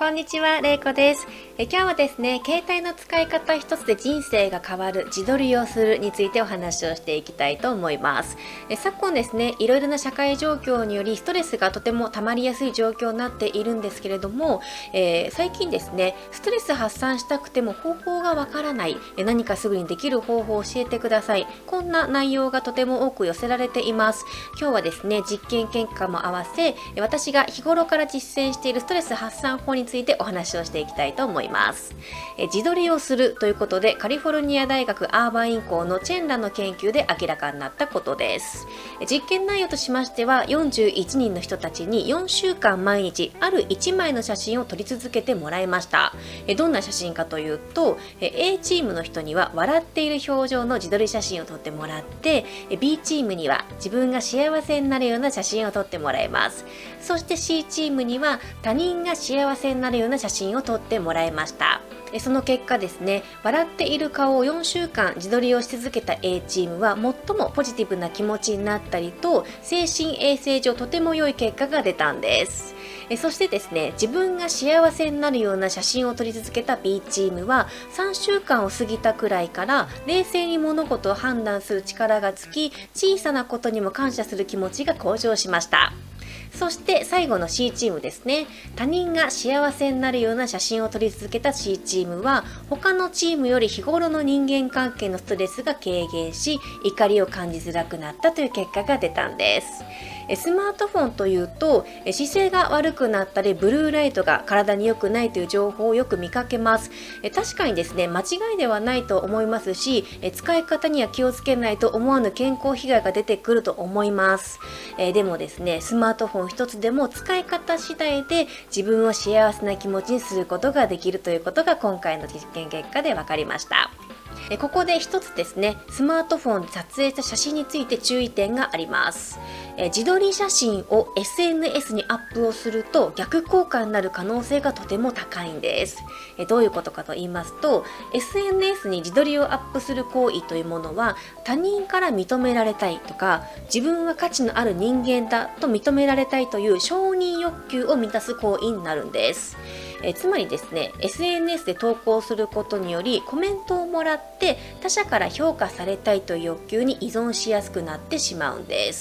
こんにちは、れいこです。今日はですね、携帯の使い方一つで人生が変わる自撮りをするについてお話をしていきたいと思います。昨今ですね、いろいろな社会状況によりストレスがとても溜まりやすい状況になっているんですけれども、最近ですね、ストレス発散したくても方法がわからない、何かすぐにできる方法を教えてください。こんな内容がとても多く寄せられています。今日はですね、実験結果も合わせ、私が日頃から実践しているストレス発散法についてお話をしていきたいと思います。自撮りをするということでカリフォルニア大学アーバイン校のチェンらの研究で明らかになったことです。実験内容としましては、41人の人たちに4週間毎日ある1枚の写真を撮り続けてもらいました。どんな写真かというと、A チームの人には笑っている表情の自撮り写真を撮ってもらって、B チームには自分が幸せになるような写真を撮ってもらいます。そして C チームには他人が幸せになるような写真を撮ってもらいました。その結果ですね、笑っている顔を4週間自撮りをし続けた A チームは最もポジティブな気持ちになったりと、精神衛生上とても良い結果が出たんです。そしてですね、自分が幸せになるような写真を撮り続けた B チームは3週間を過ぎたくらいから冷静に物事を判断する力がつき、小さなことにも感謝する気持ちが向上しました。そして最後の C チームですね。他人が幸せになるような写真を撮り続けた C チームは他のチームより日頃の人間関係のストレスが軽減し、怒りを感じづらくなったという結果が出たんです。スマートフォンというと姿勢が悪くなったりブルーライトが体に良くないという情報をよく見かけます。確かにですね、間違いではないと思いますし、使い方には気をつけないと思わぬ健康被害が出てくると思います。でもですね、スマートフォン一つでも使い方次第で自分を幸せな気持ちにすることができるということが今回の実験結果で分かりました。ここで一つですね、スマートフォンで撮影した写真について注意点があります。自撮り写真を SNS にアップをすると逆効果になる可能性がとても高いんです。どういうことかと言いますと、 SNS に自撮りをアップする行為というものは他人から認められたいとか、自分は価値のある人間だと認められたいという承認欲求を満たす行為になるんです。つまりですね、 SNS で投稿することによりコメントをもらって他者から評価されたいという欲求に依存しやすくなってしまうんです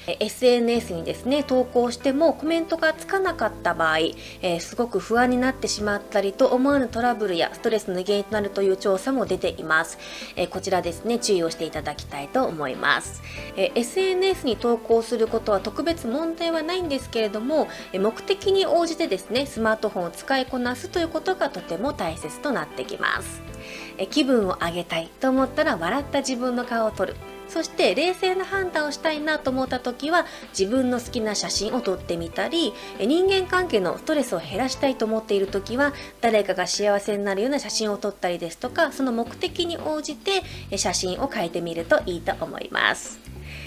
。SNS にですね、投稿してもコメントがつかなかった場合、すごく不安になってしまったりと思わぬトラブルやストレスの原因となるという調査も出ています。こちらですね、注意をしていただきたいと思います。SNS に投稿することは特別問題はないんですけれども、目的に応じてですね、スマートフォンを使いこなすということがとても大切となってきます。気分を上げたいと思ったら笑った自分の顔を撮る。そして冷静な判断をしたいなと思った時は自分の好きな写真を撮ってみたり、人間関係のストレスを減らしたいと思っている時は誰かが幸せになるような写真を撮ったりですとか、その目的に応じて写真を変えてみるといいと思います。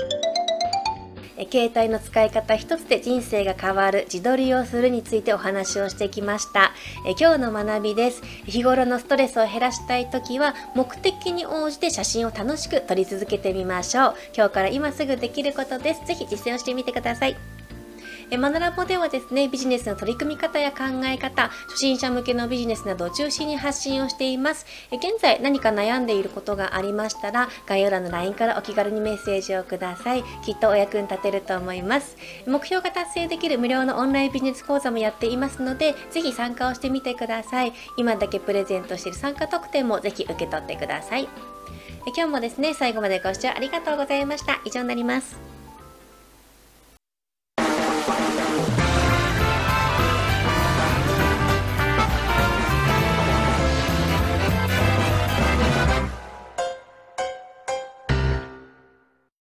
携帯の使い方一つで人生が変わる自撮りをするについてお話をしてきました。今日の学びです。日頃のストレスを減らしたいときは目的に応じて写真を楽しく撮り続けてみましょう。今日から今すぐできることです。ぜひ実践をしてみてください。マナラボではですね、ビジネスの取り組み方や考え方、初心者向けのビジネスなどを中心に発信をしています。現在何か悩んでいることがありましたら、概要欄の LINE からお気軽にメッセージをください。きっとお役に立てると思います。目標が達成できる無料のオンラインビジネス講座もやっていますので、ぜひ参加をしてみてください。今だけプレゼントしている参加特典もぜひ受け取ってください。今日もですね、最後までご視聴ありがとうございました。以上になります。